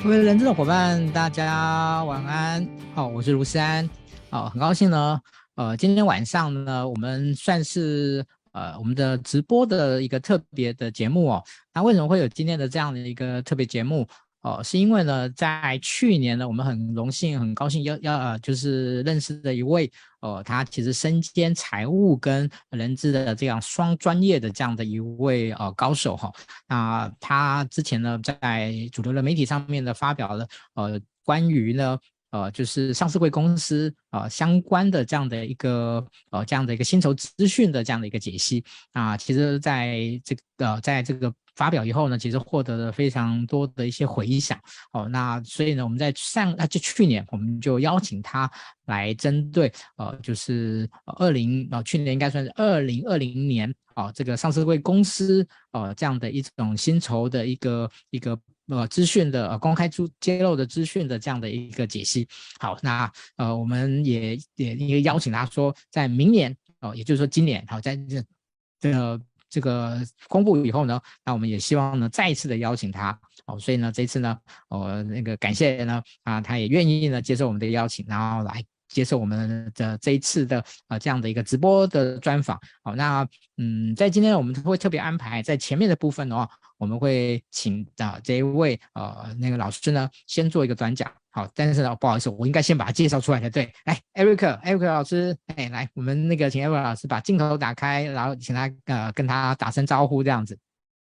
各位人资的伙伴，大家晚安。好，我是卢思安。很高兴呢。今天晚上呢，我们算是我们的直播的一个特别的节目哦。那为什么会有今天的这样的一个特别节目？是因为呢，在去年呢，我们很荣幸、很高兴就是认识的一位他其实身兼财务跟人资的这样双专业的这样的一位高手哈。那他之前呢，在主流的媒体上面呢，发表了关于呢就是上市柜公司相关的这样的一个薪酬资讯的这样的一个解析啊。其实在这个发表以后呢，其实获得了非常多的一些回响那所以呢，我们在去年我们就邀请他来针对就是去年应该算是2020年这个上市柜公司这样的一种薪酬的一个资讯的公开揭露的资讯的这样的一个解析。好，那我们也邀请他说，在明年也就是说今年在这个公布以后呢，那我们也希望呢再一次的邀请他所以呢这次呢那个感谢呢他也愿意呢接受我们的邀请，然后来接受我们的这一次的这样的一个直播的专访。好，那在今天我们会特别安排在前面的部分我们会请这一位那个老师呢先做一个短讲。好，但是呢不好意思，我应该先把他介绍出来才对。来 Eric 老师，来我们那个请 Eric 老师把镜头打开，然后请他跟他打声招呼这样子。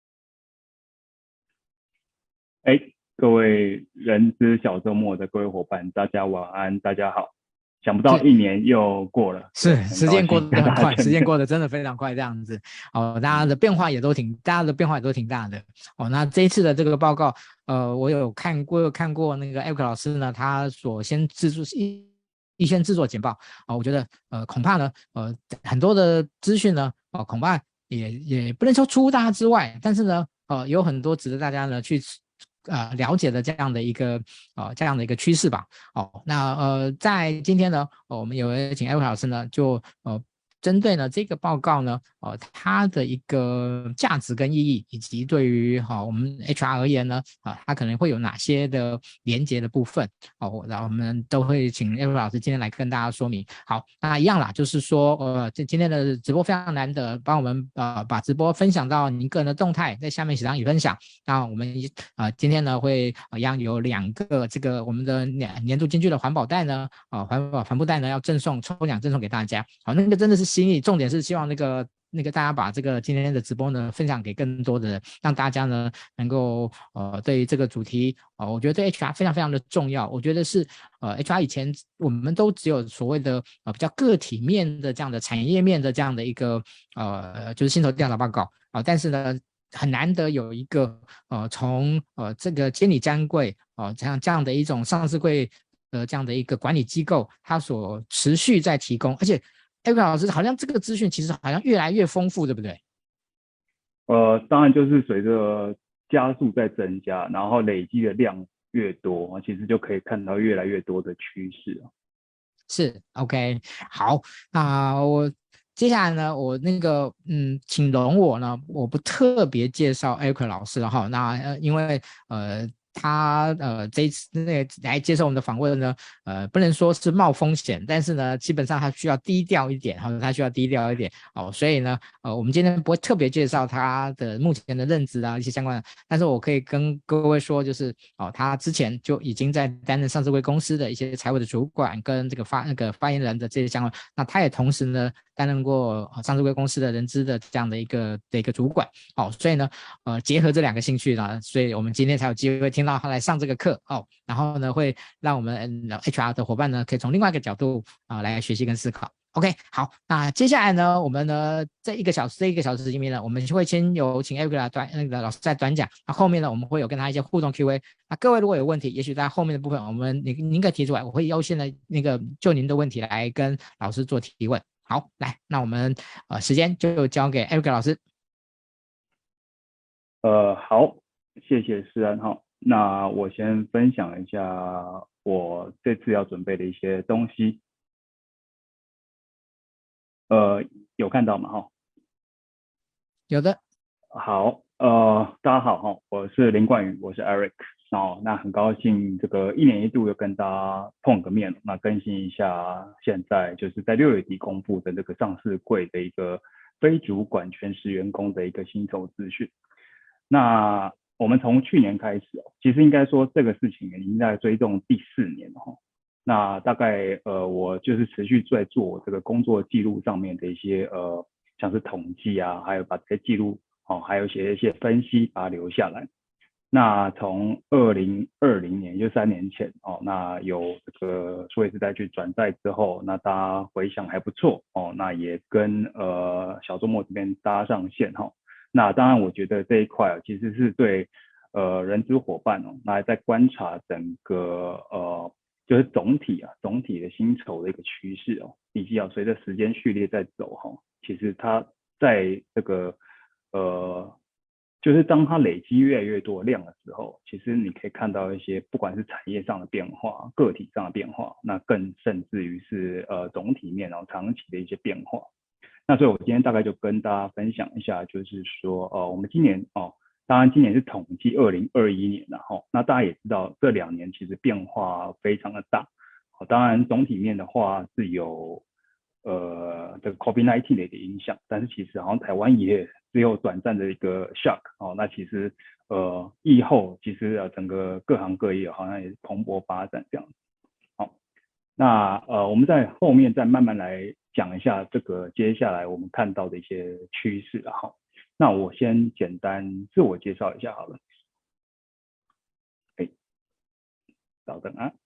各位人资小周末的各位伙伴，大家晚安，大家好。想不到一年又过了， 是时间过得很快，时间过得真的非常快，这样子大家的变化也都挺大的那这一次的这个报告，我有看过那个 Eric 老师呢，他所先先制作简报我觉得恐怕呢很多的资讯呢恐怕也不能说出乎大家之外，但是呢有很多值得大家呢去了解的这样的一个趋势吧。那在今天呢我们有请 Eric 老师呢就针对呢这个报告呢它的一个价值跟意义，以及对于我们 HR 而言呢它可能会有哪些的连结的部分然后我们都会请 Eric 老师今天来跟大家说明。好，那一样啦，就是说今天的直播非常难得，帮我们把直播分享到您个人的动态，在下面写上已分享。那我们今天呢会一样有2个这个我们的年度金句的环保袋呢帆布袋呢要抽奖赠送给大家。好，那个真的是心意，重点是希望那个大家把这个今天的直播呢分享给更多的人，让大家呢能够对这个主题我觉得对 HR 非常非常的重要。我觉得是HR 以前我们都只有所谓的比较个体面的这样的产业面的这样的一个就是薪酬调查报告但是呢很难得有一个从这个监理专柜这样的一种上市柜这样的一个管理机构，它所持续在提供，而且 Eric 老师好像这个资讯其实好像越来越丰富，对不对？ 当然就是随着加速在增加，然后累积的量越多，其实就可以看到越来越多的趋势是 OK。 好，那我接下来呢我那个请容我呢我不特别介绍 Eric 老师了那因为他这一次来接受我们的访问呢不能说是冒风险，但是呢基本上他需要低调一点所以呢我们今天不会特别介绍他的目前的任职一些相关的，但是我可以跟各位说就是他之前就已经在担任上市柜公司的一些财务的主管跟这个发言人的这些相关，那他也同时呢担任过上市柜公司的人资的这样的一个主管所以呢结合这2个兴趣呢，所以我们今天才有机会听到他来上这个课然后呢会让我们HR 的伙伴呢可以从另外一个角度来学习跟思考。OK， 好，那接下来呢我们呢这一个小时里面呢，我们会先有请 Eric 那个老师在短讲，那后面呢我们会有跟他一些互动 Q&A。 那各位如果有问题，也许在后面的部分您可以提出来，我会优先的就您的问题来跟老师做提问。好，来，那我们时间就交给 Eric 老师。 好，谢谢思安那我先分享一下我这次要准备的一些东西。有看到吗有的。 好，大家好我是林冠宇，我是 Eric。 那很高兴这个一年一度又跟大家碰个面，那更新一下现在就是在6月底公布的这个上市柜的一个非主管全时员工的一个薪酬资讯。那我们从去年开始其实应该说这个事情已经在追踪第4年了。那大概我就是持续在做这个工作记录上面的一些像是统计啊，还有把这些记录还有写一些分析把它留下来。那从2020年就3年前那有这个数位时代去转载之后，那大家回想还不错那也跟小周末这边搭上线那当然我觉得这一块其实是对人资伙伴那在观察整个就是总体的薪酬的一个趋势以及随着时间序列在走其实它在这个就是当它累积越来越多量的时候，其实你可以看到一些不管是产业上的变化、个体上的变化，那更甚至于是总体面长期的一些变化。那所以我今天大概就跟大家分享一下，就是说我们今年当然今年是统计2021年那大家也知道这2年其实变化非常的大。当然总体面的话是有这个 COVID-19 的一个影响，但是其实好像台湾也只有短暂的一个 shock 那其实疫后其实整个各行各业好像也是蓬勃发展这样子。好，那我们在后面再慢慢来讲一下这个接下来我们看到的一些趋势那我先简单自我介绍一下好了。稍等啊。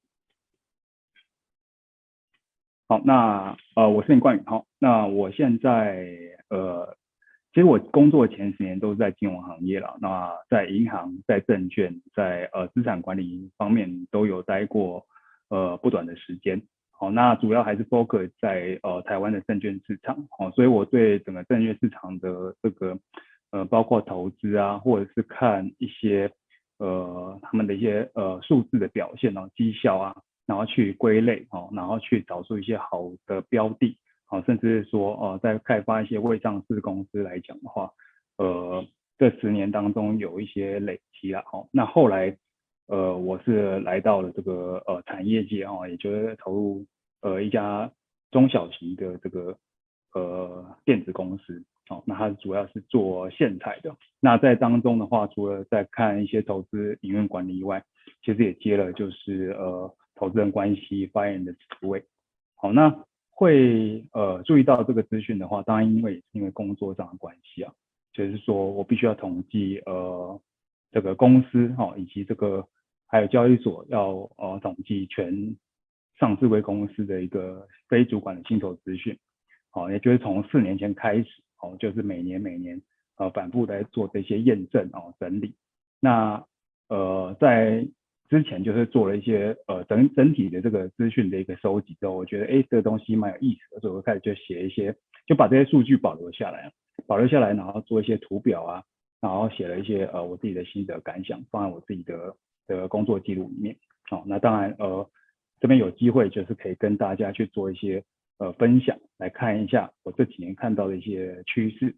好，那我是林冠宇那我现在其实我工作前10年都是在金融行业啦，那在银行、在证券、在资产管理方面都有待过不短的时间。那主要还是 focus 在台湾的证券市场所以我对整个证券市场的这个包括投资啊，或者是看一些他们的一些数字的表现绩效啊，然后去归类然后去找出一些好的标的甚至是说在开发一些未上市公司来讲的话这10年当中有一些累积啦那后来我是来到了这个产业界也就是投入一家中小型的这个电子公司那它主要是做线材的。那在当中的话，除了在看一些投资营运管理以外，其实也接了就是投资人关系发言人的职位。好，那会注意到这个资讯的话，当然因为工作上的关系就是说我必须要统计这个公司以及这个还有交易所要统计全上市柜公司的一个非主管的薪酬资讯。也就是从4年前开始就是每年反复在做这些验证整理。那在之前就是做了一些整体的这个资讯的一个收集之后，我觉得这个东西蛮有意思的，所以我开始就写一些，就把这些数据保留下来，然后做一些图表啊，然后写了一些我自己的心得感想，放在我自己的工作记录里面。那当然这边有机会就是可以跟大家去做一些分享，来看一下我这几年看到的一些趋势。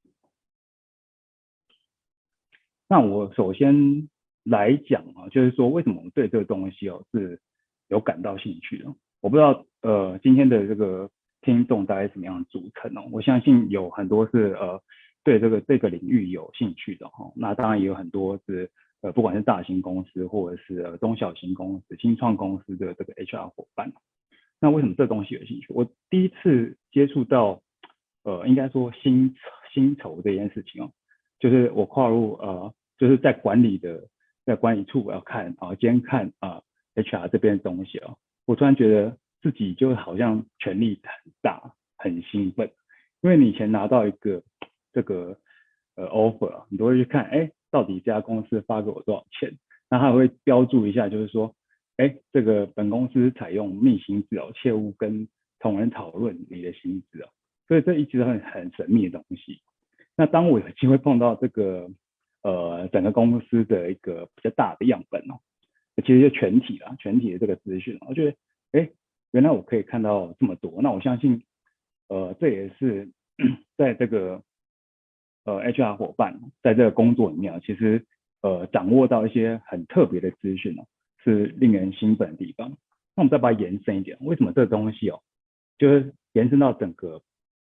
那我首先来讲就是说为什么我对这个东西是有感到兴趣的。我不知道今天的这个听众大概什么样的组成我相信有很多是对这个领域有兴趣的那当然也有很多是不管是大型公司或者是中小型公司、新创公司的这个 HR 伙伴。那为什么这东西有兴趣？我第一次接触到应该说薪酬这件事情就是我跨入就是在管理处我要看监看HR 这边的东西我突然觉得自己就好像权力很大，很兴奋，因为你以前拿到一个这个offer 你都会去看到底这家公司发给我多少钱，那他会标注一下，就是说这个本公司采用密薪制切勿跟同仁讨论你的薪资所以这一直很神秘的东西。那当我有机会碰到这个整个公司的一个比较大的样本其实就全体的这个资讯我觉得原来我可以看到这么多。那我相信这也是在这个HR 伙伴在这个工作里面其实掌握到一些很特别的资讯哦，是令人兴奋的地方。那我们再把它延伸一点，为什么这个东西哦，就是延伸到整个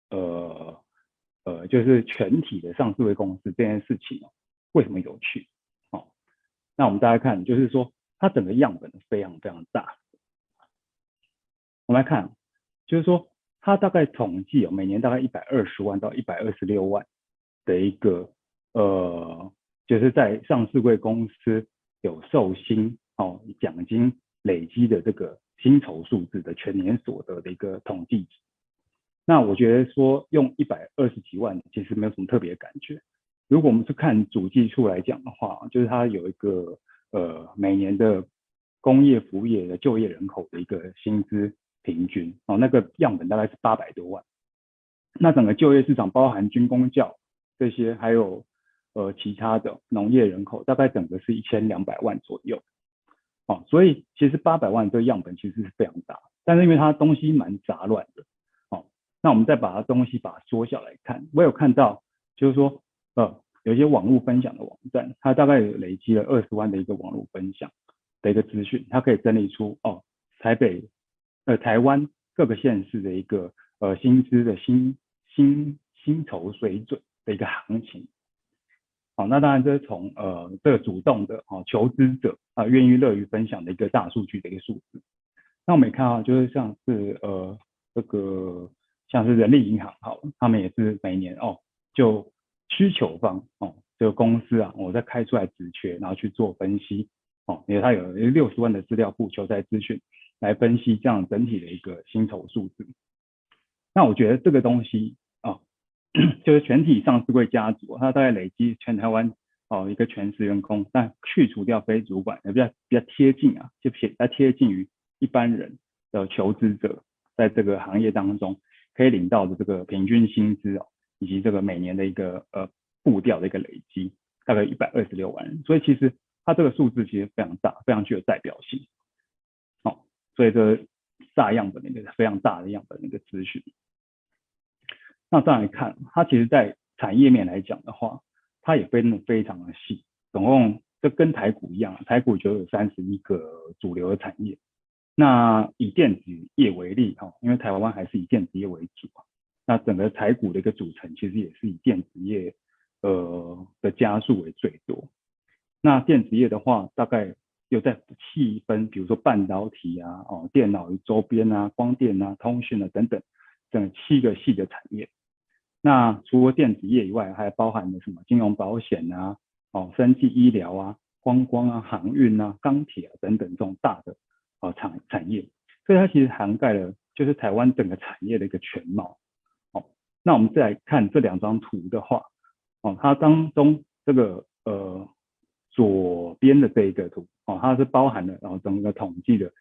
就是全体的上市会公司这件事情哦，为什么有趣？哦，那我们大家看，就是说它整个样本非常非常大。我们来看，就是说它大概统计每年大概120万到126万的一个就是在上市柜公司有受薪奖金累积的这个薪酬数字的全年所得的一个统计值。那我觉得说用120几万其实没有什么特别的感觉。如果我们是看主计处来讲的话，就是它有一个每年的工业服务业的就业人口的一个薪资平均那个样本大概是800多万。那整个就业市场包含军公教这些，还有其他的农业人口，大概整个是1200万左右。所以其实800万这个样本其实是非常大，但是因为它东西蛮杂乱的，那我们再把它东西把它缩小来看，我有看到就是说有一些网络分享的网站，它大概有累积了20万的一个网络分享的一个资讯，它可以整理出台湾各个县市的一个薪资的薪酬水准的一个行情。好，那当然这是从这个主动的求职者愿意乐于分享的一个大数据的一个数字。那我们也看到，就是像是这个像是人力银行好了，他们也是每年就需求方这个公司我再开出来职缺，然后去做分析因为它有60万的资料库求职资讯来分析这样整体的一个薪酬数字。那我觉得这个东西就是全体上市柜家族，它大概累积全台湾一个全时员工，但去除掉非主管，比较贴近就比较贴近于一般人的求职者，在这个行业当中可以领到的这个平均薪资以及这个每年的一个步调的一个累积，大概126万人。所以其实它这个数字其实非常大，非常具有代表性。所以这大样本的一个非常大的样本的一个资讯。那再来看，它其实在产业面来讲的话，它也分得非常的细，总共这跟台股一样，台股就有31个主流的产业。那以电子业为例因为台湾还是以电子业为主那整个台股的一个组成其实也是以电子业的家数为最多。那电子业的话，大概又在细分，比如说半导体电脑与周边光电通讯等等，整7个细的产业。那除了电子业以外，还包含了什么金融保险生技医疗观光航运钢铁等等这种大的产业。所以它其实涵盖了就是台湾整个产业的一个全貌。那我们再来看这2张图的话它当中这个左边的这一个图它是包含了整个统计的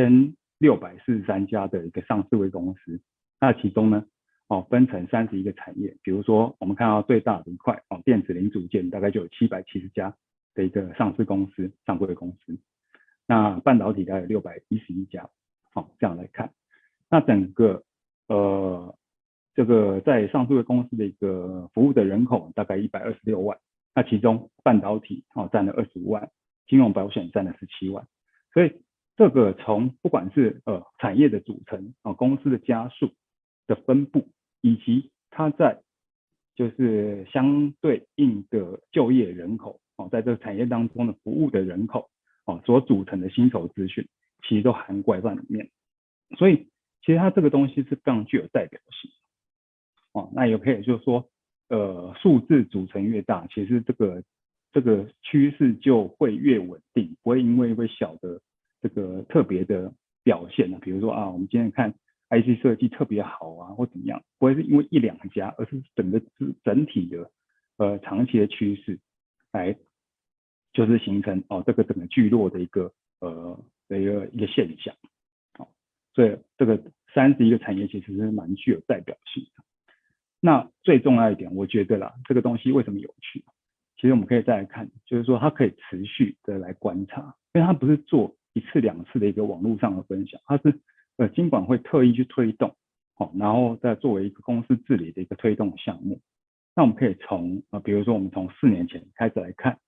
1643家的一个上市柜公司。那其中呢分成31个产业，比如说我们看到最大的一块电子零组件大概就有770家的一个上市公司上柜公司。那半导体大概有611家这样来看。那整个这个在上市柜公司的一个服务的人口大概126万，那其中半导体占了25万，金融保险占了17万。所以这个从不管是产业的组成公司的家数的分布，以及它在就是相对应的就业人口在这个产业当中的服务的人口所组成的薪酬资讯，其实都涵盖在里面。所以其实它这个东西是非常具有代表性那也可以就是说数字组成越大，其实这个趋势就会越稳定，不会因为小的这个特别的表现比如说我们今天看 IC 设计特别好或怎么样，不会是因为1、2家，而是整体的长期的趋势来就是形成这个整个聚落的一个现象所以这个31个产业其实是蛮具有代表性的。那最重要一点，我觉得啦，这个东西为什么有趣？其实我们可以再来看，就是说它可以持续的来观察，因为它不是做1次2次的一个网络上的分享，它是金管会特意去推动然后再作为一个公司治理的一个推动项目。那我们可以从比如说我们从4年前开始来看，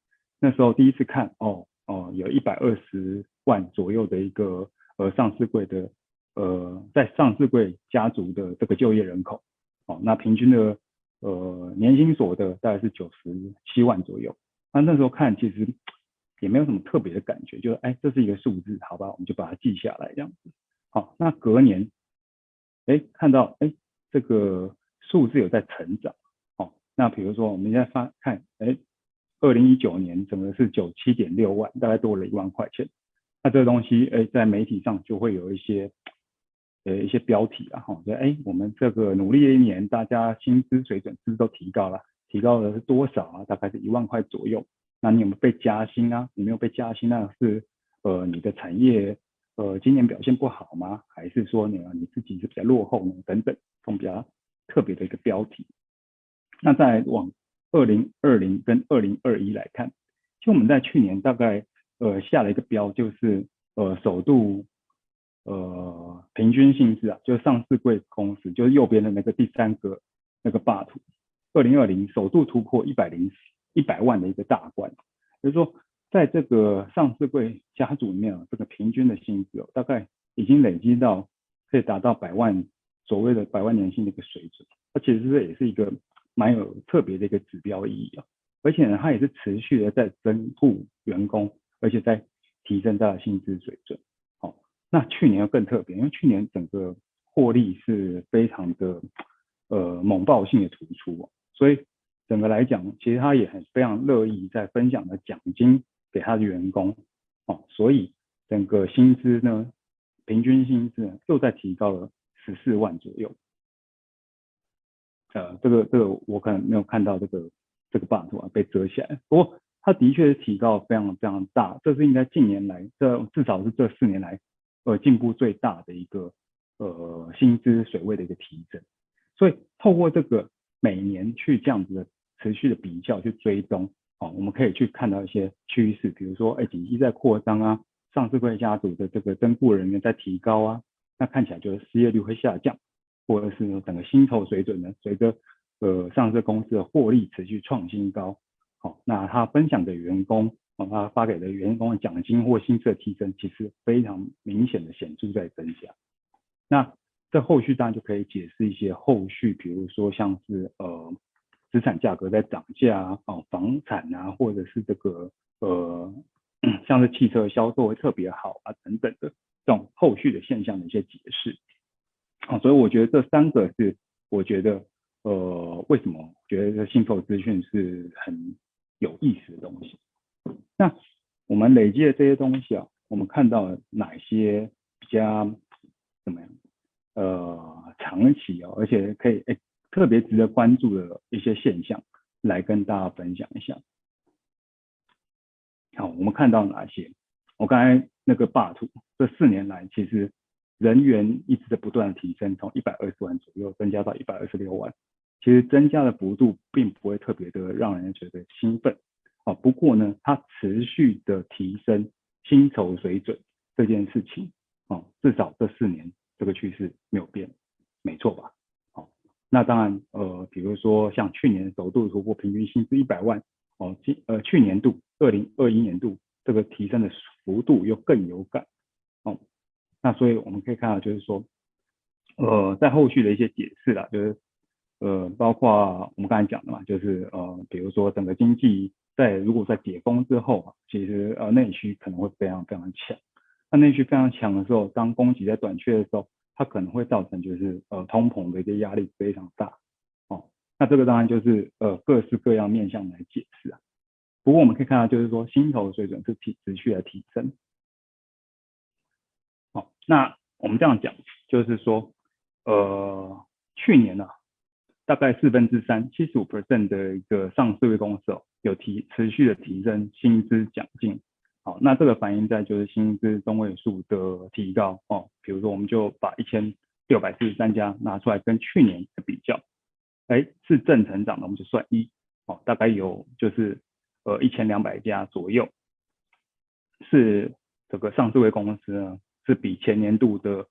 那时候第一次看有120万左右的一个上市柜的在上市柜家族的这个就业人口，那平均的年薪所得大概是97万左右。那时候看其实也没有什么特别的感觉，就是这是一个数字，好吧，我们就把它记下来这样子。好，那隔年看到这个数字有在成长。那比如说我们现在看2019年整个是97.6万，大概多了1万块钱。那这个东西在媒体上就会有一些标题啊，就我们这个努力的一年，大家薪资水准是不是都提高了？提高的是多少啊？大概是1万块左右。那你有没有被加薪啊？你没有被加薪，那是你的产业今年表现不好吗？还是说你自己是比较落后呢？等等，这种比较特别的一个标题。那再往2020跟2021来看，其实我们在去年大概下了一个标，就是首度平均薪资啊，就是上市柜公司，就是右边的那个第三个那个霸图，2020首度突破100万的一个大关，就是说在这个上市柜家族里面这个平均的薪资大概已经累积到可以达到所谓的百万年薪的一个水准。其实这也是一个蛮有特别的一个指标意义啊，而且呢，它也是持续的在增雇员工，而且在提升它的薪资水准。那去年又更特别，因为去年整个获利是非常的猛爆性的突出，所以整个来讲，其实他也非常乐意在分享的奖金给他的员工，所以整个薪资呢，平均薪资呢又在提高了14万左右。这个我可能没有看到这个 bug 被遮起来，不过它的确是提高非常非常大，这是应该近年来至少是这4年来进步最大的一个薪资水位的一个提升。所以透过这个每年去这样子的持续的比较去追踪，我们可以去看到一些趋势，比如说景气在扩张啊，上市柜家族的这个增雇人员在提高啊，那看起来就是失业率会下降。或者是整个薪酬水准呢，随着上市公司的获利持续创新高，那他分享给员工，他发给的员工的奖金或薪资的提升，其实非常明显的显著在增加。那这后续当然就可以解释一些后续，比如说像是资产价格在涨价啊，房产啊，或者是这个像是汽车销售会特别好啊等等的这种后续的现象的一些解释。所以我觉得这3个是我觉得为什么我觉得薪酬资讯是很有意思的东西。那我们累积的这些东西啊，我们看到哪些比较怎么样长期而且可以特别值得关注的一些现象来跟大家分享一下。好，我们看到哪些？我刚才那个霸图这4年来其实人员一直在不断的提升，从120万左右增加到126万，其实增加的幅度并不会特别的让人觉得兴奋。不过呢，它持续的提升薪酬水准这件事情，至少这4年这个趋势没有变，没错吧？那当然比如说像去年首度突破平均薪资100万，去年度2021年度这个提升的幅度又更有感。那所以我们可以看到，就是说，在后续的一些解释啦，就是包括我们刚才讲的嘛，就是比如说整个经济如果在解封之后，其实内需可能会非常非常强。那内需非常强的时候，当供给在短缺的时候，它可能会造成就是通膨的一个压力非常大。那这个当然就是各式各样面向来解释啊。不过我们可以看到，就是说薪酬水准是持续的提升。那我们这样讲，就是说，去年呢，大概3/4 75% 的一个上市柜公司有持续的提升薪资奖金。好，那这个反映在就是薪资中位数的提高比如说我们就把1643家拿出来跟去年的比较，是正成长的，我们就算1，大概有就是1200家左右是这个上市柜公司呢，是比前年度的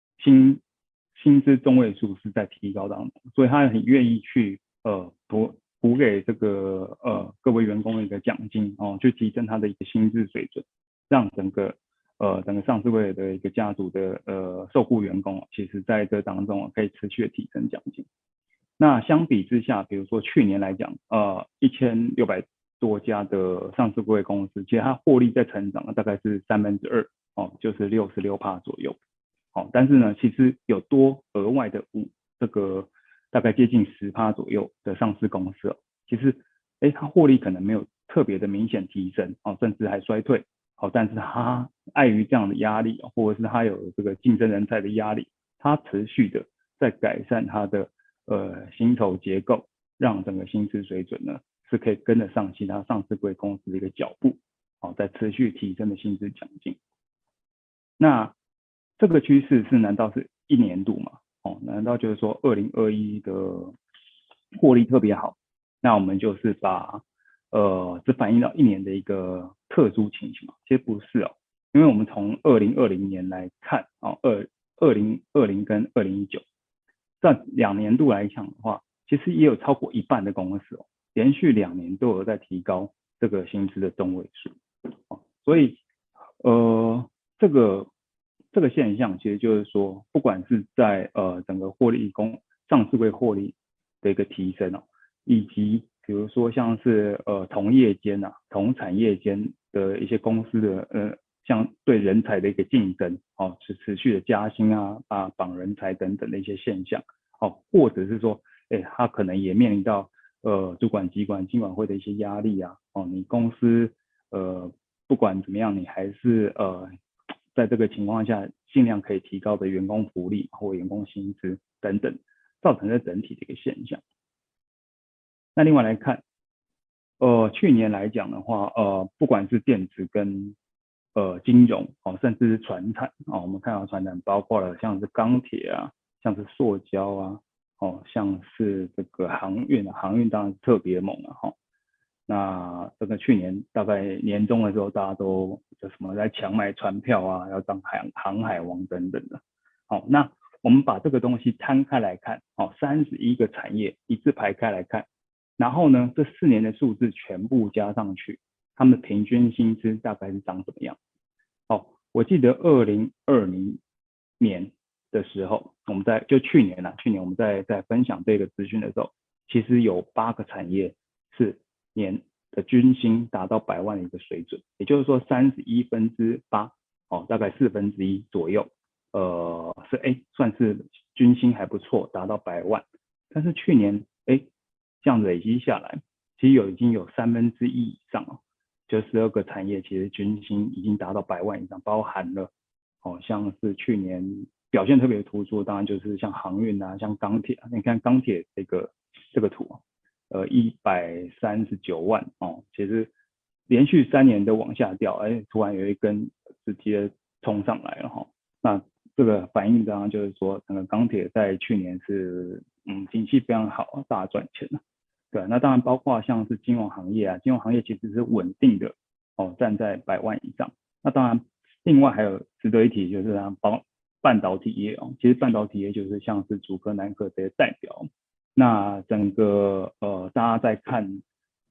薪资中位数是在提高当中，所以他很愿意去补给这个各位员工的一个奖金哦，去提升他的一个薪资水准，让整个上市柜的一个家族的受雇员工，其实在这当中可以持续的提升奖金。那相比之下，比如说去年来讲，1600多家的上市柜公司，其实它获利在成长大概是2%哦，就是66%左右。好，但是呢，其实有多额外的这个大概接近10%左右的上市公司哦，其实它获利可能没有特别的明显提升哦，甚至还衰退。好，但是它碍于这样的压力，或者是它有这个竞争人才的压力，它持续的在改善它的薪酬结构，让整个薪资水准呢是可以跟得上其他上市柜公司的一个脚步，好，在持续提升的薪资奖金。那这个趋势难道是一年度吗？哦，难道就是说2021的获利特别好？那我们就是把只反映到一年的一个特殊情形嘛？其实不是哦，因为我们从2020年来看哦，2020跟2019这2年度来讲的话，其实也有超过一半的公司哦，连续2年都有在提高这个薪资的中位数哦，所以这个现象其实就是说，不管是在整个上市柜获利的一个提升哦，以及比如说像是同业间同产业间的一些公司的像对人才的一个竞争哦，是持续的加薪绑人才等等的一些现象哦，或者是说，他可能也面临到主管机关金管会的一些压力哦，你公司不管怎么样，你还是在这个情况下尽量可以提高的员工福利或员工薪资等等，造成了整体的一个现象。那另外来看，去年来讲的话，不管是电子跟金融哦，甚至是传产哦，我们看到传产包括了像是钢铁像是塑胶哦，像是这个航运航运当然是特别猛哈。那这个去年大概年中的时候，大家都什么在抢买船票要当航海王等等的。好，那我们把这个东西摊开来看，哦，31个产业一字排开来看，然后呢，这4年的数字全部加上去，他们平均薪资大概是长什么样？哦，我记得2020年的时候，去年我们在分享这个资讯的时候，其实有8个产业是年的均薪达到100万的一个水准，也就是说31%哦，大概1/4左右，算是均薪还不错，达到100万。但是去年这样累积下来，其实已经有1/3以上哦，就12个产业其实均薪已经达到100万以上，包含了像是去年表现特别突出，当然就是像航运像钢铁你看钢铁这个图139万哦，其实连续3年都往下掉，突然有一根直接冲上来了那这个反映当然就是说，整个钢铁在去年是景气非常好，大赚钱了。对，那当然包括像是金融行业金融行业其实是稳定的站在100万以上。那当然，另外还有值得一提就是半导体业其实半导体业就是像是竹科、南科这些代表。那整个大家在看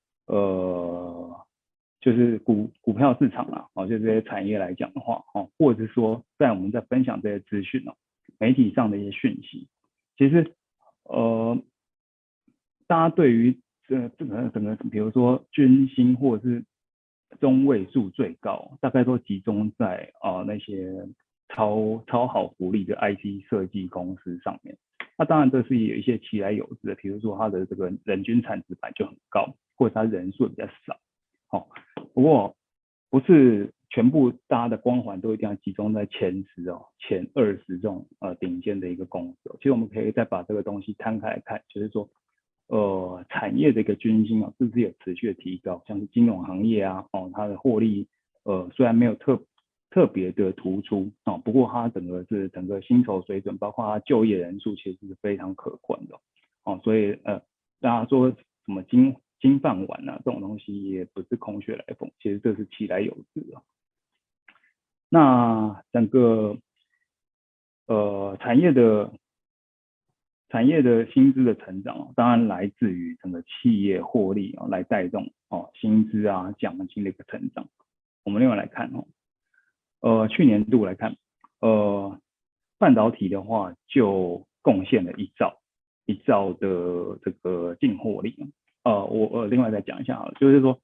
就是股票市场就这些产业来讲的话或者是说在我们在分享这些资讯媒体上的一些讯息，其实大家对于整个比如说均薪或者是中位数最高，大概都集中在那些超好福利的 IC 设计公司上面。那当然这是有一些其来有之的，比如说它的这个人均产值本来就很高，或者它人数比较少。不过不是全部大家的光环都一定要集中在前10前20这种顶尖的一个公司其实我们可以再把这个东西摊开来看，就是说产业的一个均薪是不是有持续的提高，像是金融行业它的获利虽然没有特别的突出不过它整个薪酬水准，包括它就业人数，其实是非常可观的所以大家说什么金饭碗这种东西也不是空穴来风，其实这是其来有之那整个产业的产业的薪资的成长，当然来自于整个企业获利来带动薪资啊奖金的一个成长。我们另外来看去年度来看，半导体的话就贡献了1兆的这个净获利。我另外再讲一下好了，就是说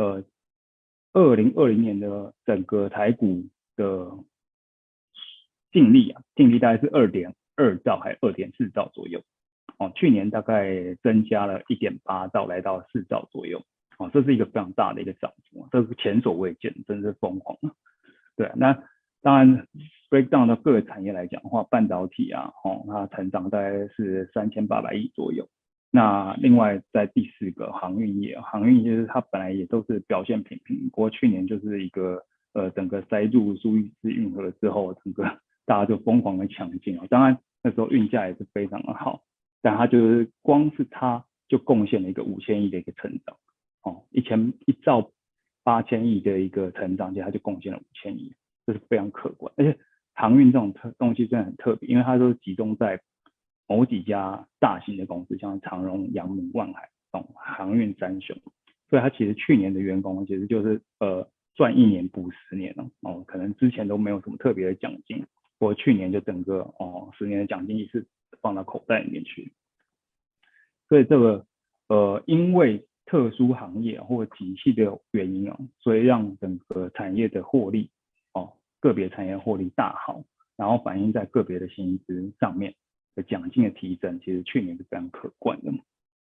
2020年的整个台股的净利大概是2.2兆还2.4兆左右。去年大概增加了1.8兆，来到4兆左右。这是一个非常大的一个涨幅，这是前所未见，真是疯狂。对，那当然 break down 到各个产业来讲的话，半导体它成长大概是3800亿左右。那另外在第4个航运业，航运就是它本来也都是表现平平，不过去年就是一个整个塞入苏伊士运河之后，整个大家就疯狂的抢进当然那时候运价也是非常的好，但它就是光是它就贡献了一个5000亿的一个成长，1兆8000亿的一个成长，它就贡献了5000亿，这是非常可观。而且航运这种东西真的很特别，因为它都集中在某几家大型的公司，像长荣、阳明、万海这种航运三雄，所以它其实去年的员工其实就是赚1年补10年可能之前都没有什么特别的奖金，不过去年就整个10年的奖金一次放到口袋里面去。所以这个因为特殊行业或景气的原因所以让整个产业的获利个别产业获利大好，然后反映在个别的薪资上面的奖金的提升，其实去年是非常可观的。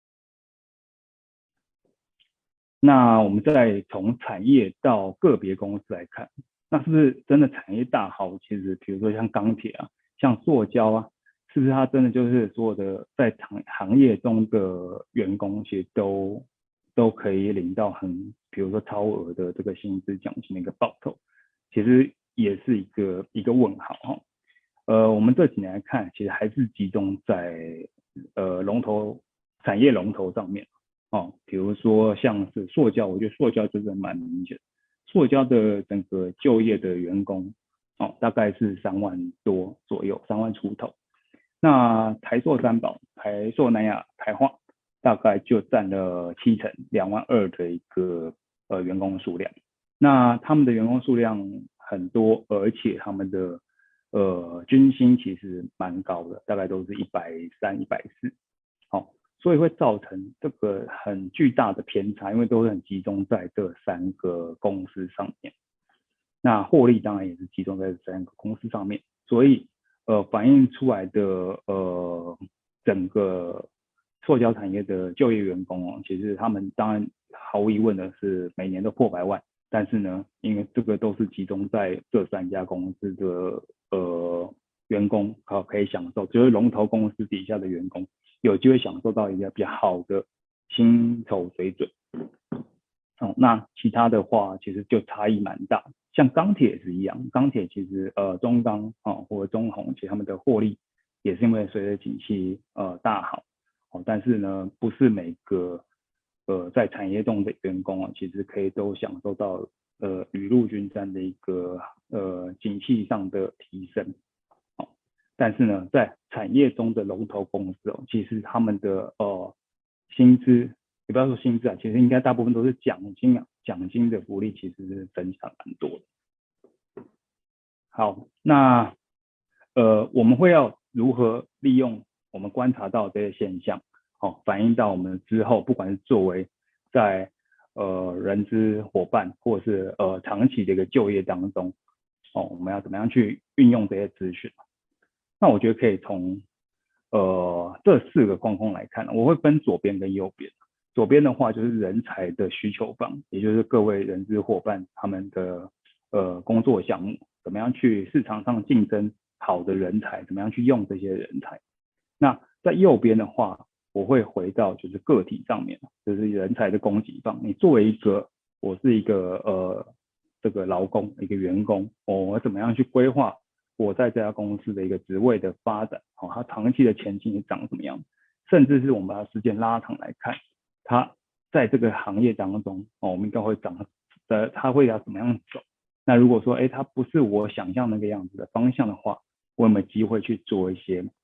那我们再从产业到个别公司来看，那是不是真的产业大好？其实比如说像钢铁像塑胶是不是它真的就是所有的在行业中的员工其实都可以领到比如说超额的这个薪资奖金的一个报酬？其实也是一个问号我们这几年来看，其实还是集中在产业龙头上面比如说像是塑胶，我觉得塑胶真的蛮明显，塑胶的整个就业的员工大概是3万多左右，3万出头。那台塑三宝、台塑、南亚、台化大概就占了70%，2万2的一个员工数量。那他们的员工数量很多，而且他们的均薪其实蛮高的，大概都是130、140。所以会造成这个很巨大的偏差，因为都是很集中在这3个公司上面。那获利当然也是集中在这3个公司上面，所以反映出来的整个塑胶产业的就业员工其实他们当然毫无疑问的是每年都破100万，但是呢，因为这个都是集中在这3家公司的员工可以享受，就是龙头公司底下的员工有机会享受到一个比较好的薪酬水准。那其他的话其实就差异蛮大，像钢铁也是一样，钢铁其实中钢或者中红，其实他们的获利也是因为随着景气大好但是呢，不是每个在产业中的员工其实可以都享受到雨露均沾的一个景气上的提升但是呢，在产业中的龙头公司其实他们的薪资，也不要说薪资其实应该大部分都是奖金的福利其实是增加蛮多的。好，那我们会要如何利用我们观察到这些现象反映到我们之后，不管是作为在人资伙伴或者是长期的一个就业当中我们要怎么样去运用这些资讯？那我觉得可以从这4个框框来看，我会分左边跟右边。左边的话就是人才的需求方，也就是各位人资伙伴他们的工作项目，怎么样去市场上竞争好的人才，怎么样去用这些人才。那在右边的话，我会回到就是个体上面，就是人才的供给方。你作为我是一个这个劳工，一个员工我怎么样去规划我在这家公司的一个职位的发展它长期的前景长什么样，甚至是我们把时间拉长来看，它在这个行业当中我们应该会它会要怎么样走。那如果说它不是我想象那个样子的方向的话，我有没有机会去做一些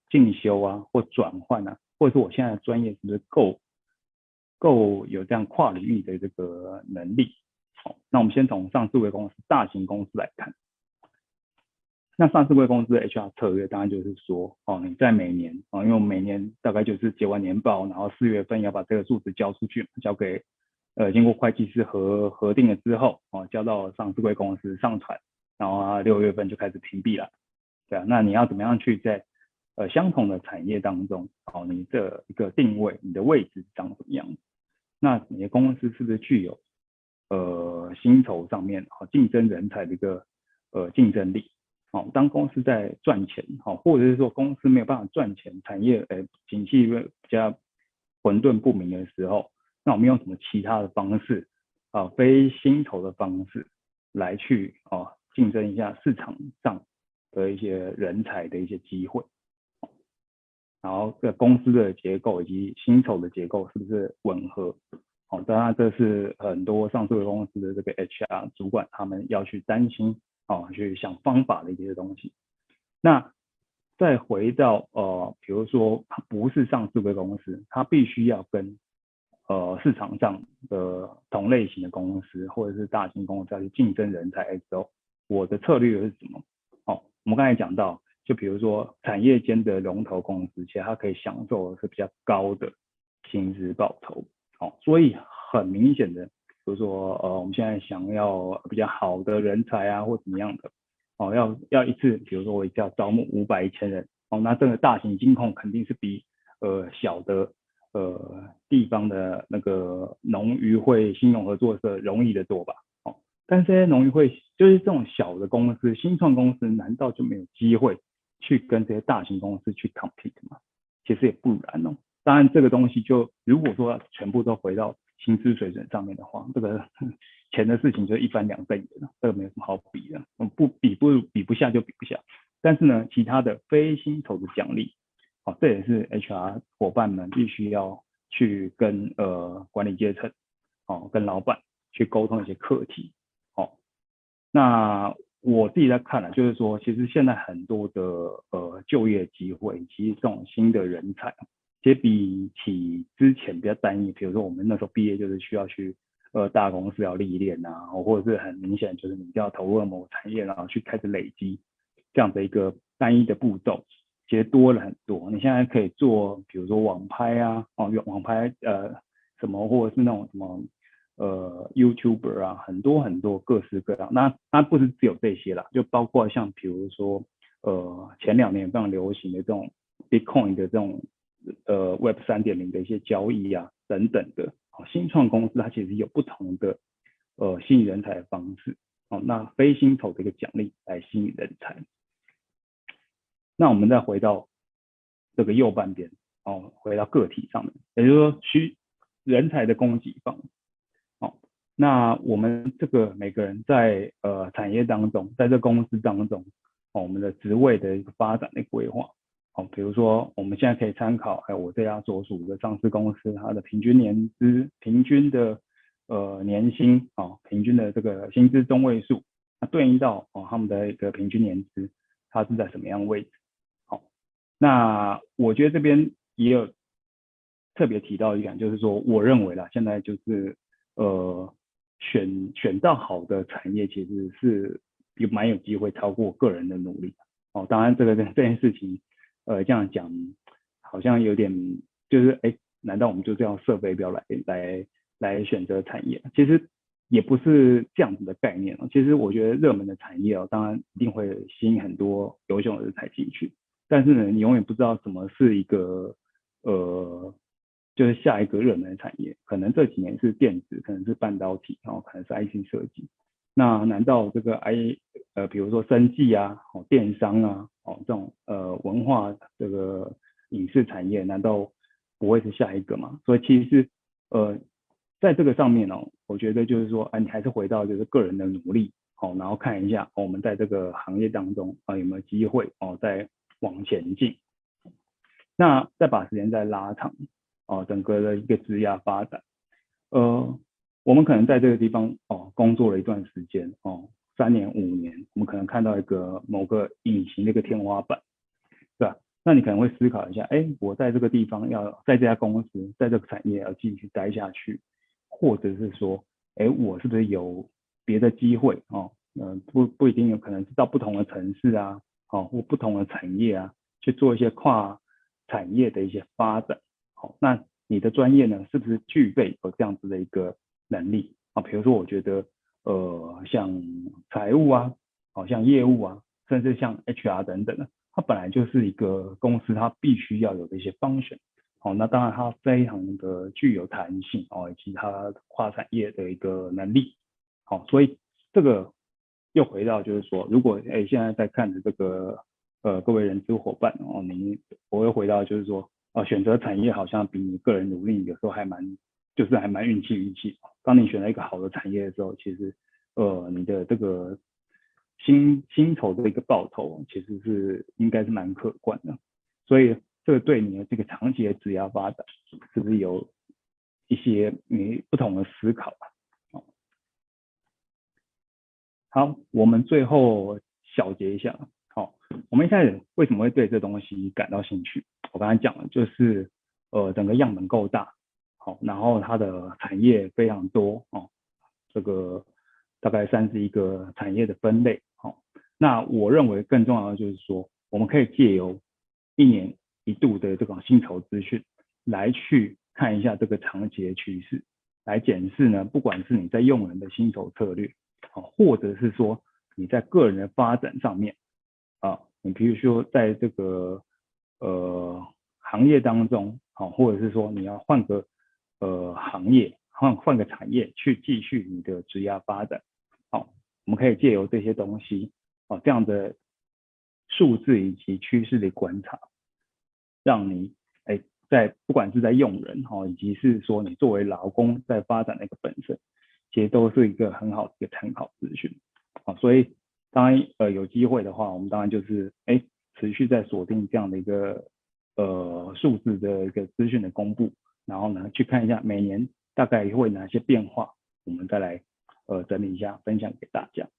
进修啊，或转换啊，或者是我现在的专业是不是够有这样跨领域的这个能力。好，那我们先从上市柜公司、大型公司来看。那上市柜公司的 HR 策略当然就是说，你在每年因为我们每年大概就是结完年报，然后4月份要把这个数值交出去，交给经过会计师核定了之后，交到上市柜公司上传，然后6月份就开始屏蔽了。对啊，那你要怎么样去在相同的产业当中，你这一个定位，你的位置长什么样子？那你的公司是不是具有薪酬上面竞争人才的一个竞争力？当公司在赚钱，或者是说公司没有办法赚钱，产业景气比较混沌不明的时候，那我们用什么其他的方式非薪酬的方式来去竞争一下市场上的一些人才的一些机会？然后这公司的结构以及薪酬的结构是不是吻合？当然这是很多上市公司的这个 HR 主管他们要去担心去想方法的一些东西。那再回到比如说它不是上市公司，它必须要跟市场上的同类型的公司或者是大型公司要去竞争人才的时候，我的策略是什么？我们刚才讲到，就比如说产业间的龙头公司，其实它可以享受的是比较高的薪资报酬。所以很明显的，比如说我们现在想要比较好的人才啊，或怎么样的，要一次，比如说我一次要招募500、1000人，那这个大型金控肯定是比小的地方的那个农渔会信用合作社容易的多吧？但是这些农渔会就是这种小的公司、新创公司，难道就没有机会去跟这些大型公司去 compete 吗？其实也不然哦。当然，这个东西就如果说全部都回到薪资水准上面的话，这个钱的事情就一翻两瞪眼了，这个没有什么好比的，比不下就比不下。但是呢，其他的非薪酬的奖励，这也是 HR 伙伴们必须要去跟管理阶层，跟老板去沟通一些课题。那我自己在看就是说，其实现在很多的就业机会，其实这种新的人才，其实比起之前比较单一。比如说我们那时候毕业就是需要去大公司要历练啊，或者是很明显就是你要投入某个产业，然后去开始累积这样的一个单一的步骤，其实多了很多。你现在可以做，比如说网拍啊，网拍什么，或者是那种什么。YouTuber 啊，很多很多各式各样。那它不是只有这些啦，就包括像比如说前2年非常流行的这种 Bitcoin 的这种Web 3.0的一些交易啊等等的。新创公司它其实有不同的吸引人才的方式。那非薪酬的一个奖励来吸引人才。那我们再回到这个右半边，回到个体上面，也就是说人才的供给方。那我们这个每个人在产业当中，在这公司当中，我们的职位的一个发展的规划，比如说我们现在可以参考，我这家所属的上市公司，它的平均年资、平均的年薪平均的这个薪资中位数，那对应到他们的一个平均年资，它是在什么样的位置？那我觉得这边也有特别提到一点，就是说，我认为啦，现在就是选到好的产业，其实是蛮有机会超过个人的努力。当然这件事情，这样讲好像有点就是难道我们就这样设飞镖来选择产业？其实也不是这样子的概念。其实我觉得热门的产业当然一定会吸引很多优秀的人才进去。但是呢，你永远不知道什么是一个就是下一个热门的产业，可能这几年是电子，可能是半导体，可能是 IC 设计。那难道这个比如说生技啊，电商啊，这种文化这个影视产业，难道不会是下一个吗？所以其实在这个上面我觉得就是说，你还是回到就是个人的努力，然后看一下我们在这个行业当中有没有机会再往前进。那再把时间再拉长，整个的一个职涯发展，我们可能在这个地方工作了一段时间3年5年，我们可能看到某个隐形的一个天花板，对吧？ 那你可能会思考一下，我在这个地方要在这家公司，在这个产业要继续待下去，或者是说，我是不是有别的机会哦？不一定有可能是到不同的城市啊，或不同的产业啊，去做一些跨产业的一些发展。好，那你的专业呢，是不是具备有这样子的一个能力啊？比如说，我觉得像财务啊，好像业务啊，甚至像 HR 等等的，它本来就是一个公司它必须要有的一些 function。好，那当然它非常的具有弹性哦，以及它跨产业的一个能力。好，所以这个又回到就是说，如果现在在看的这个各位人资伙伴哦，我又回到就是说，选择产业好像比你个人努力有时候还蛮运气。当你选了一个好的产业的时候，其实你的这个薪酬的一个报酬其实应该是蛮可观的。所以这个对你的这个长期的职业发展是不是有一些你不同的思考吧？好，我们最后小结一下。好，我们一开始为什么会对这东西感到兴趣？我刚才讲了，就是整个样本够大，好，然后它的产业非常多哦，这个大概31个产业的分类。好，那我认为更重要的就是说，我们可以借由一年一度的这种薪酬资讯来去看一下这个长期的趋势，来检视呢，不管是你在用人的薪酬策略。或者是说你在个人的发展上面你比如说在这个行业当中或者是说你要换个行业换个产业去继续你的职业发展。好，我们可以借由这些东西这样的数字以及趋势的观察，让你不管是在用人以及是说你作为劳工在发展的一个本身，其实都是一个很好的一个参考资讯。所以当然有机会的话，我们当然就是持续在锁定这样的一个数字的一个资讯的公布，然后呢去看一下每年大概会哪些变化，我们再来整理一下分享给大家。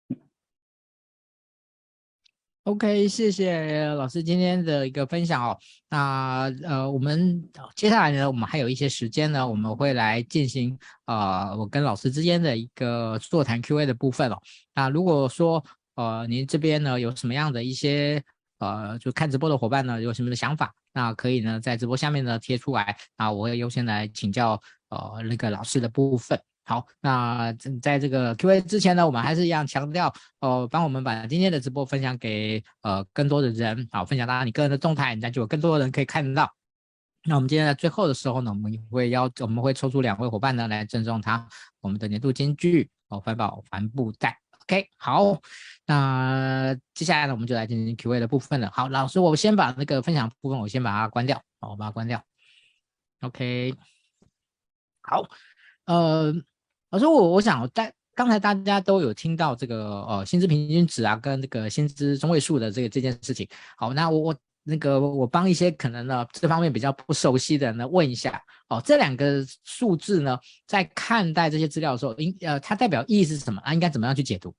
OK，谢谢老师今天的一个分享哦。那我们接下来呢，我们还有一些时间呢，我们会来进行我跟老师之间的一个座谈 Q&A 的部分哦。那如果说您这边呢有什么样的一些就看直播的伙伴呢有什么的想法，那可以呢在直播下面呢贴出来，那我会优先来请教那个老师的部分。好，那在这个 Q&A 之前呢，我们还是一样强调，帮我们把今天的直播分享给更多的人，好，分享到你个人的动态，那就有更多的人可以看到。那我们今天在最后的时候呢，我们会抽出2位伙伴呢来赠送我们的年度金句环保帆布袋。OK， 好，那接下来呢，我们就来进行 Q&A 的部分了。好，老师，我先把那个分享部分我先把它关掉，好，我把它关掉。OK， 好，老师，我想刚才大家都有听到这个薪资平均值啊，跟这个薪资中位数的这件事情。好，那我帮一些可能呢这方面比较不熟悉的人呢问一下这2个数字呢，在看待这些资料的时候，它代表意义是什么？应该怎么样去解读？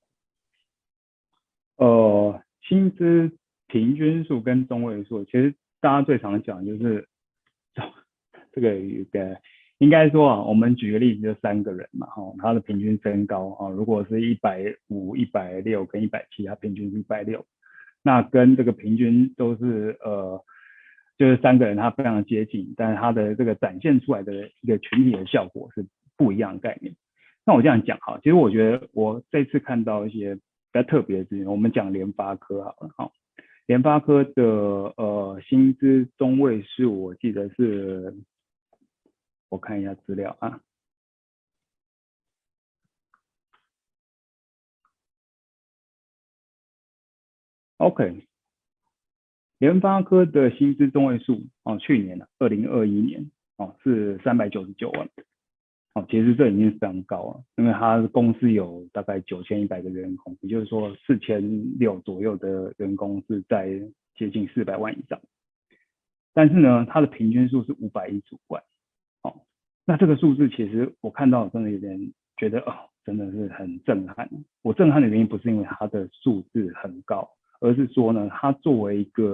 薪资平均数跟中位数，其实大家最常讲就是这个有个应该说我们举个例子，就3个人嘛，他的平均身高如果是150、160跟170，他平均是160，那跟这个平均都是就是3个人他非常接近，但是他的这个展现出来的一个群体的效果是不一样的概念。那我这样讲其实我觉得我这次看到一些比较特别的资讯，我们讲联发科好了，联发科的薪资中位数，我记得是。我看一下资料啊。OK， 联发科的薪资中位数去年2021年是399万。其实这已经是非常高了，因为他公司有大概9100个员工，也就是说4600左右的员工是在接近400万以上。但是呢，它的平均数是515万。那这个数字其实我看到真的有点觉得真的是很震撼。我震撼的原因不是因为它的数字很高，而是说呢，它作为一个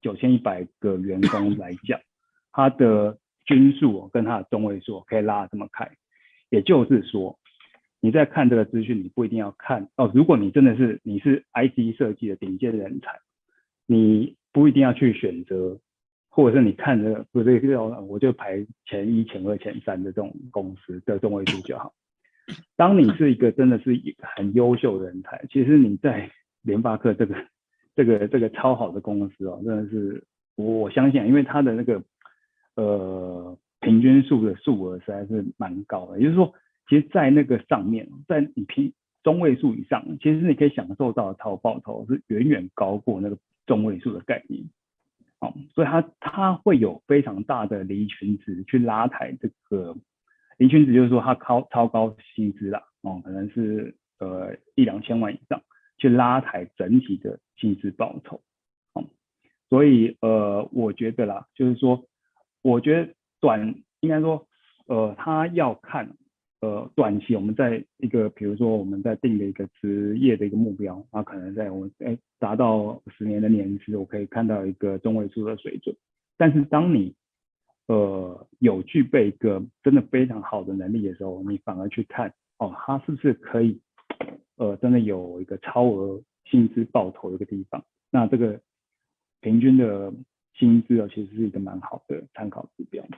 9100个员工来讲，它的均数跟它的中位数可以拉这么开，也就是说，你在看这个资讯，你不一定要看哦。如果你真的是你是 IC 设计的顶尖人才，你不一定要去选择，或者是你看这个不是我就排前1、前2、前3的这种公司的中位数就好。当你是一个真的是很优秀的人才，其实你在联发科这个超好的公司哦，真的是我相信，因为它的那个平均数的数额实在是蛮高的，也就是说，其实，在那个上面，在你中位数以上，其实你可以享受到的报酬是远远高过那个中位数的概念。哦，所以它会有非常大的离群值去拉抬这个离群值，就是说它超高薪资啦，哦，可能是1、2千万以上，去拉抬整体的薪资报酬。哦，所以我觉得啦，就是说，我觉得应该说他要看短期我们在一个比如说我们在定的一个职业的一个目标，那可能在我达到10年的年资，我可以看到一个中位数的水准。但是当你有具备一个真的非常好的能力的时候，你反而去看哦，他是不是可以真的有一个超额薪资报酬的一个地方。那这个平均的薪资其实是一个蛮好的参考指标。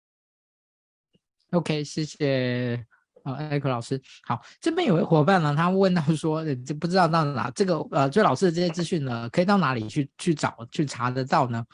OK， 谢谢Echo 老师。好，这边有位伙伴呢，他问到说，这不知道到哪这个最老师的这些资讯呢，可以到哪里去找去查得到呢？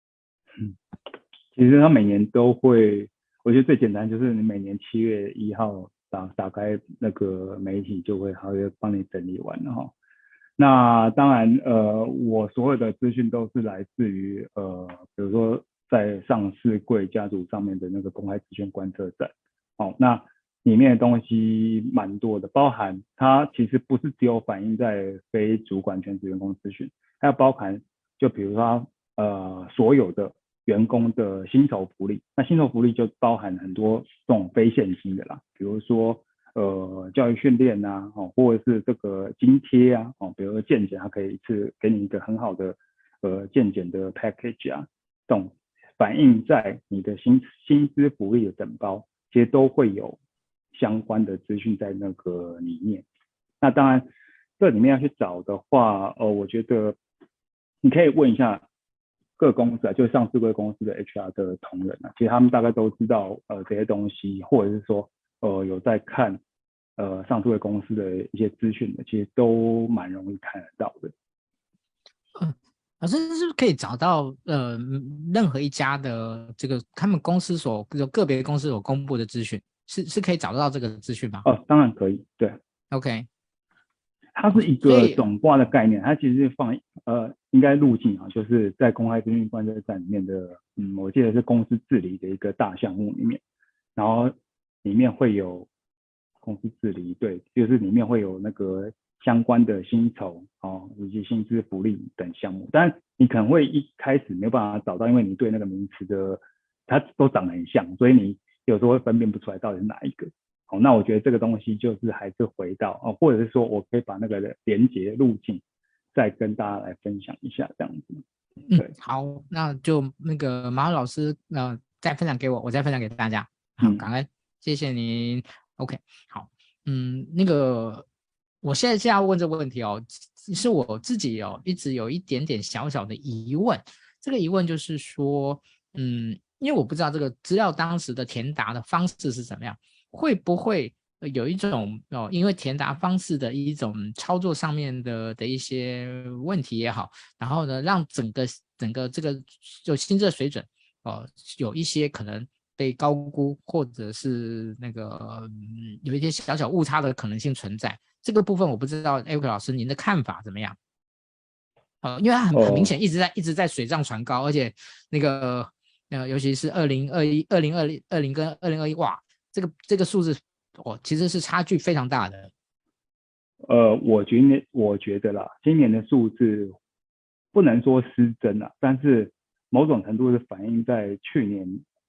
其实他每年都会，我觉得最简单就是你每年7月1号打开那个媒体就会，他会帮你整理完了哈。那当然我所有的资讯都是来自于比如说在上市柜家族上面的那个公开资讯观测站。哦，那里面的东西蛮多的，包含它其实不是只有反映在非主管全职员工资讯，还有包含就比如说所有的员工的薪酬福利。那薪酬福利就包含很多这种非现金的啦，比如说教育训练啊，或者是这个津贴啊，比如说健检，它可以一次给你一个很好的健检的 package 啊，这种反映在你的薪资福利的整包，其实都会有相关的资讯在那个里面。那当然，这里面要去找的话，我觉得你可以问一下各公司啊，就是上市柜公司的 HR 的同仁啊，其实他们大概都知道这些东西，或者是说有在看上市柜公司的一些资讯的，其实都蛮容易看得到的。 老师是不是可以找到任何一家的这个他们公司个别公司所公布的资讯，是可以找得到这个资讯吗？ 哦，当然可以，对。 OK， 它是一个总挂的概念，它其实是放应该路径啊，就是在公开资讯观测站里面的，我记得是公司治理的一个大项目里面，然后里面会有公司治理，对，就是里面会有那个相关的薪酬以及薪资福利等项目。但你可能会一开始没有办法找到，因为你对那个名词的它都长得很像，所以你有时候会分辨不出来到底是哪一个。那我觉得这个东西就是还是回到或者是说我可以把那个连结路径再跟大家来分享一下，这样子。对， 好，那就那个马老师再分享给我，我再分享给大家。好，感恩，谢谢您。OK， 好，那个我现在要问这个问题是我自己一直有一点点小小的疑问。这个疑问就是说，因为我不知道这个资料当时的填答的方式是怎么样。会不会有一种因为填答方式的一种操作上面的一些问题也好，然后呢，让整个这个就薪资的水准有一些可能被高估，或者是那个有一些小小误差的可能性存在。这个部分我不知道 Eric 老师您的看法怎么样？因为它很明显一直在水涨船高，而且那个尤其是2020跟2021，哇，这个数字其实是差距非常大的。 我觉得啦，今年的数字不能说失真啦，但是某种程度是反映在去年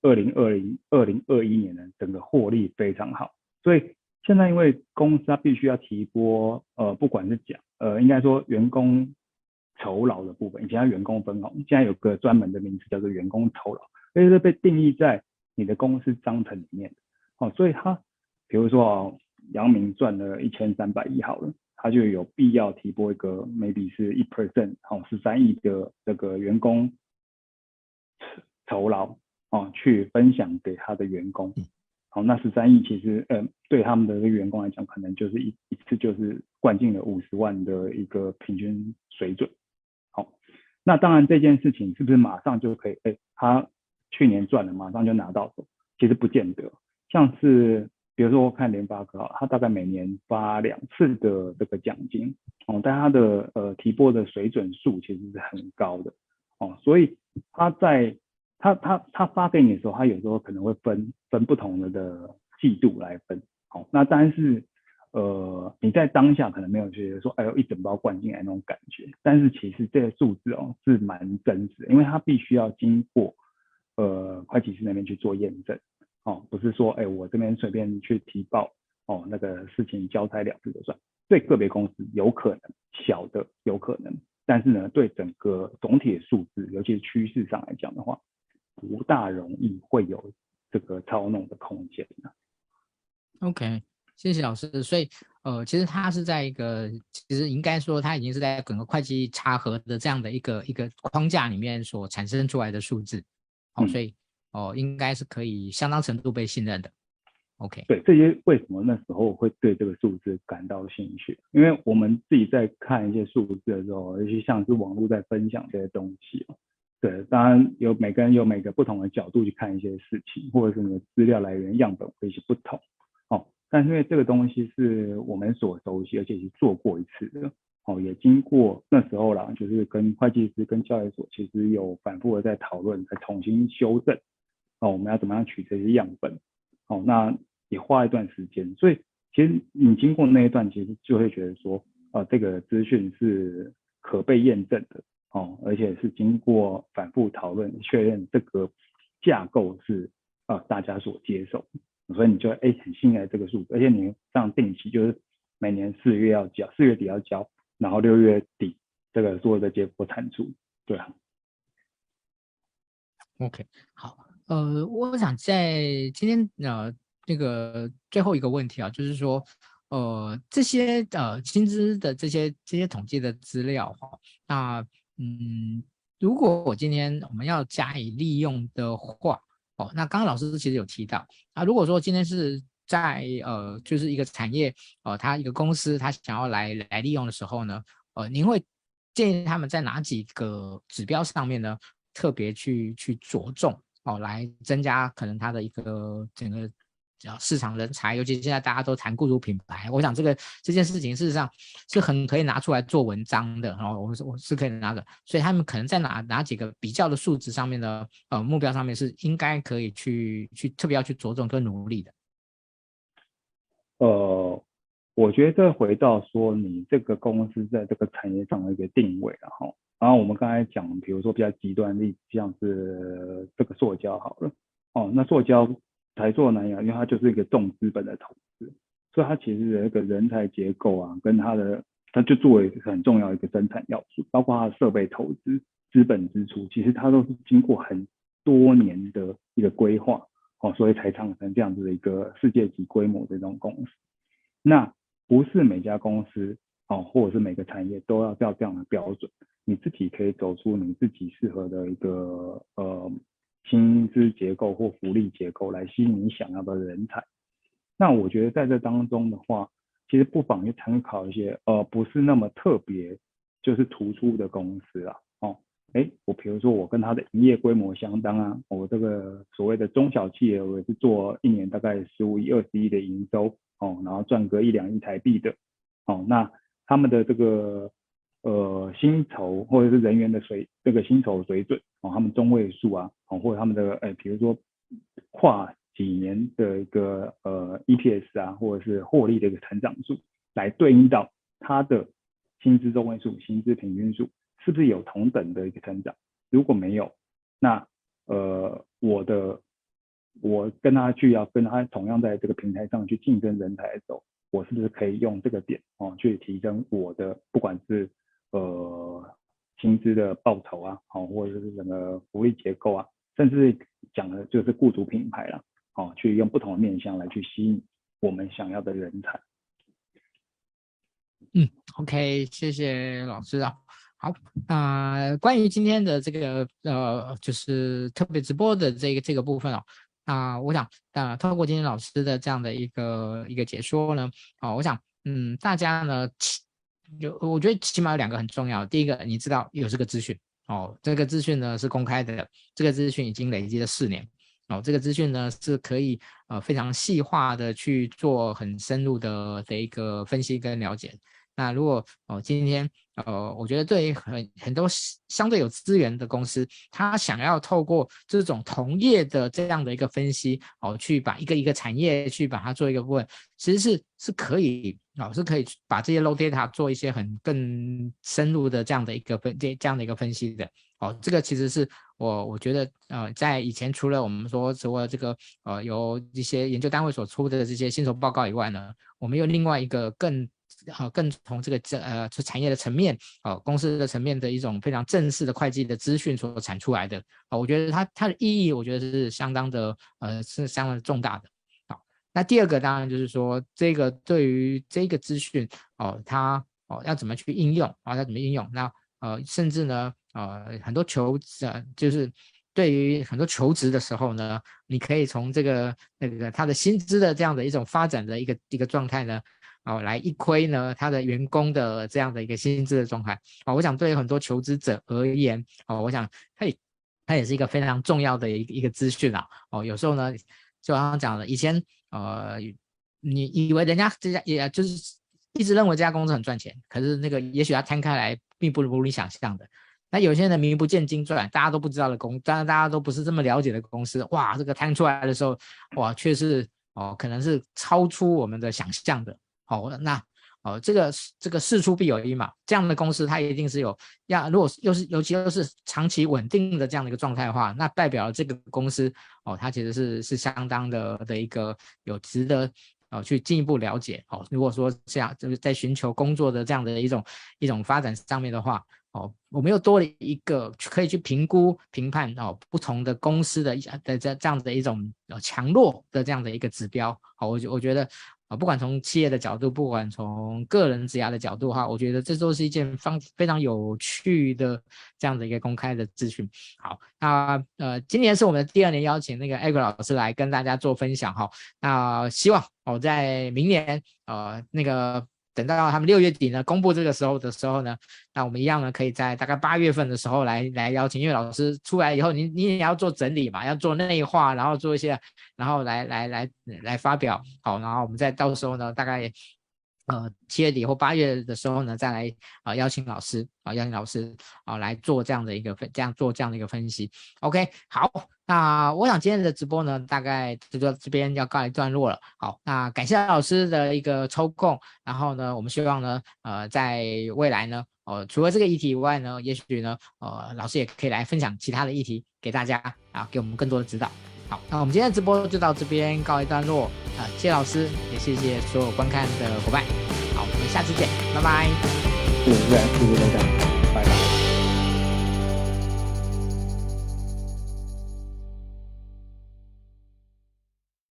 2021年的整个获利非常好，所以现在因为公司它必须要提拨不管是应该说员工酬劳的部分，以前叫员工分红，现在有个专门的名词叫做员工酬劳，所以是被定义在你的公司章程里面的。所以他比如说阳明赚了1300亿好了，他就有必要提拨一个 maybe 是1%， 13亿的这个员工酬劳去分享给他的员工。那13亿其实对他们的员工来讲，可能就是一次就是灌进了50万的一个平均水准。那当然这件事情是不是马上就可以他去年赚了马上就拿到手？其实不见得。像是比如说我看联发科，他大概每年发2次的这个奖金但他的提拨的水准数其实是很高的所以他在他发给你的时候，他有时候可能会分不同的季度来分那但是你在当下可能没有觉得说哎呦一整包灌进来那种感觉，但是其实这个数字是蛮真实的，因为它必须要经过会计师那边去做验证不是说我这边随便去提报那个事情交差了事就算。对个别公司有可能，小的有可能，但是呢对整个总体的数字，尤其是趋势上来讲的话，不大容易会有这个操弄的空间。 OK， 谢谢老师。所以其实他是在一个，其实应该说他已经是在整个会计查核的这样的一个框架里面所产生出来的数字。所以应该是可以相当程度被信任的。OK， 对，这些为什么那时候会对这个数字感到兴趣？因为我们自己在看一些数字的时候，尤其像是网络在分享这些东西对，当然每个人有每个不同的角度去看一些事情，或者是你的资料来源样本会是不同但是因为这个东西是我们所熟悉，而且是做过一次的也经过那时候啦，就是跟会计师跟交易所其实有反复的在讨论，再重新修正我们要怎么样取这些样本那也花一段时间，所以其实你经过那一段，其实就会觉得说这个资讯是可被验证的而且是经过反复讨论确认这个架构是大家所接受，所以你就很信赖这个数字，而且你这样定期就是每年4月要交，4月底要交，然后6月底这个所有的结果产出。对啊。 OK， 好，我想在今天那个最后一个问题就是说，这些薪资的这些统计的资料那如果我今天我们要加以利用的话那刚刚老师其实有提到如果说今天是在就是一个产业它一个公司它想要来利用的时候呢，您会建议他们在哪几个指标上面呢？特别去着重来增加可能它的一个整个市场人才，尤其现在大家都谈雇主品牌，我想这件事情事实上是很可以拿出来做文章的，我是可以拿的，所以他们可能在哪几个比较的数值上面的目标上面是应该可以去特别要去着重跟努力的。 我觉得回到说你这个公司在这个产业上的一个定位然后我们刚才讲，比如说比较极端的例子，像是这个塑胶好了那塑胶台塑南亚，因为它就是一个重资本的投资，所以它其实的一个人才结构跟它就作为很重要的一个生产要素，包括它的设备投资、资本支出，其实它都是经过很多年的一个规划所以才产生这样子的一个世界级规模的这种公司。那不是每家公司或者是每个产业都要照这样的标准，你自己可以走出你自己适合的一个薪资结构或福利结构来吸引你想要的人才。那我觉得在这当中的话，其实不妨去参考一些不是那么特别就是突出的公司啦我比如说我跟他的营业规模相当我这个所谓的中小企业，我也是做一年大概15亿、20亿的营收然后赚个1-2亿台币的那他们的这个薪酬或者是人员的这个薪酬水准他们中位数或者他们的比如说跨几年的一个EPS或者是获利的一个成长数，来对应到他的薪资中位数、薪资平均数是不是有同等的一个成长？如果没有，那我跟他要跟他同样在这个平台上去竞争人才的时候，我是不是可以用这个点去提升我的不管是薪资的报酬啊，或者是整个福利结构啊，甚至讲的就是雇主品牌啦，去用不同的面向来去吸引我们想要的人才。 OK， 谢谢老师啊。好，关于今天的这个就是特别直播的这个部分哦，我想透过今天老师的这样的一个解说呢，我想大家呢我觉得起码有2个很重要。第一个，你知道有这个资讯这个资讯呢是公开的，这个资讯已经累积了4年这个资讯呢是可以非常细化的去做很深入的一个分析跟了解。那如果今天我觉得对于很多相对有资源的公司，他想要透过这种同业的这样的一个分析去把一个产业去把它做一个部分，其实是可以是可以把这些 low data 做一些更深入的这样的一个分析的这个其实是我觉得在以前除了我们说除了这个由一些研究单位所出的这些薪酬报告以外呢，我们有另外一个更从这个产业的层面公司的层面的一种非常正式的会计的资讯所产出来的我觉得它的意义我觉得是相当的重大的。好，那第二个当然就是说这个对于这个资讯它要怎么去应用要怎么应用，那甚至呢很多就是对于很多求职的时候呢，你可以从这个他的薪资的这样的一种发展的一个状态呢来一窥呢他的员工的这样的一个薪资的状态我想对于很多求职者而言我想它也是一个非常重要的一个资讯有时候呢就刚刚讲的以前你以为人家这家也就是一直认为这家公司很赚钱，可是那个也许它摊开来并不如你想象的。那有些人名不见经传，大家都不知道的当然大家都不是这么了解的公司，哇，这个摊出来的时候，哇，却是可能是超出我们的想象的。那这个事出必有因嘛，这样的公司它一定是如果尤其又是长期稳定的这样的一个状态的话，那代表这个公司它其实是相当的一个有值得去进一步了解如果说这样就是在寻求工作的这样的一种发展上面的话我们又多了一个可以去评估评判不同的公司的这样的一种强弱的这样的一个指标我觉得不管从企业的角度，不管从个人职涯的角度我觉得这都是一件非常有趣的这样的一个公开的资讯。好，那今年是我们的第2年邀请那个 Edgar 老师来跟大家做分享那希望在明年那个等到他们6月底呢公布这个时候呢，那我们一样呢可以在大概8月份的时候来邀请，因为老师出来以后你也要做整理嘛，要做内化，然后做一些然后来发表然后我们再到时候呢大概7月底或8月的时候呢再来邀请老师来做这样的一个分析。 OK， 好，那我想今天的直播呢大概就到这边要告一段落了。好，那感谢老师的一个抽空，然后呢我们希望呢在未来呢除了这个议题以外呢，也许呢老师也可以来分享其他的议题给大家给我们更多的指导。好，那我们今天的直播就到这边告一段落谢谢老师，也谢谢所有观看的伙伴。好，我们下次见，拜拜。 谢谢大家，拜拜。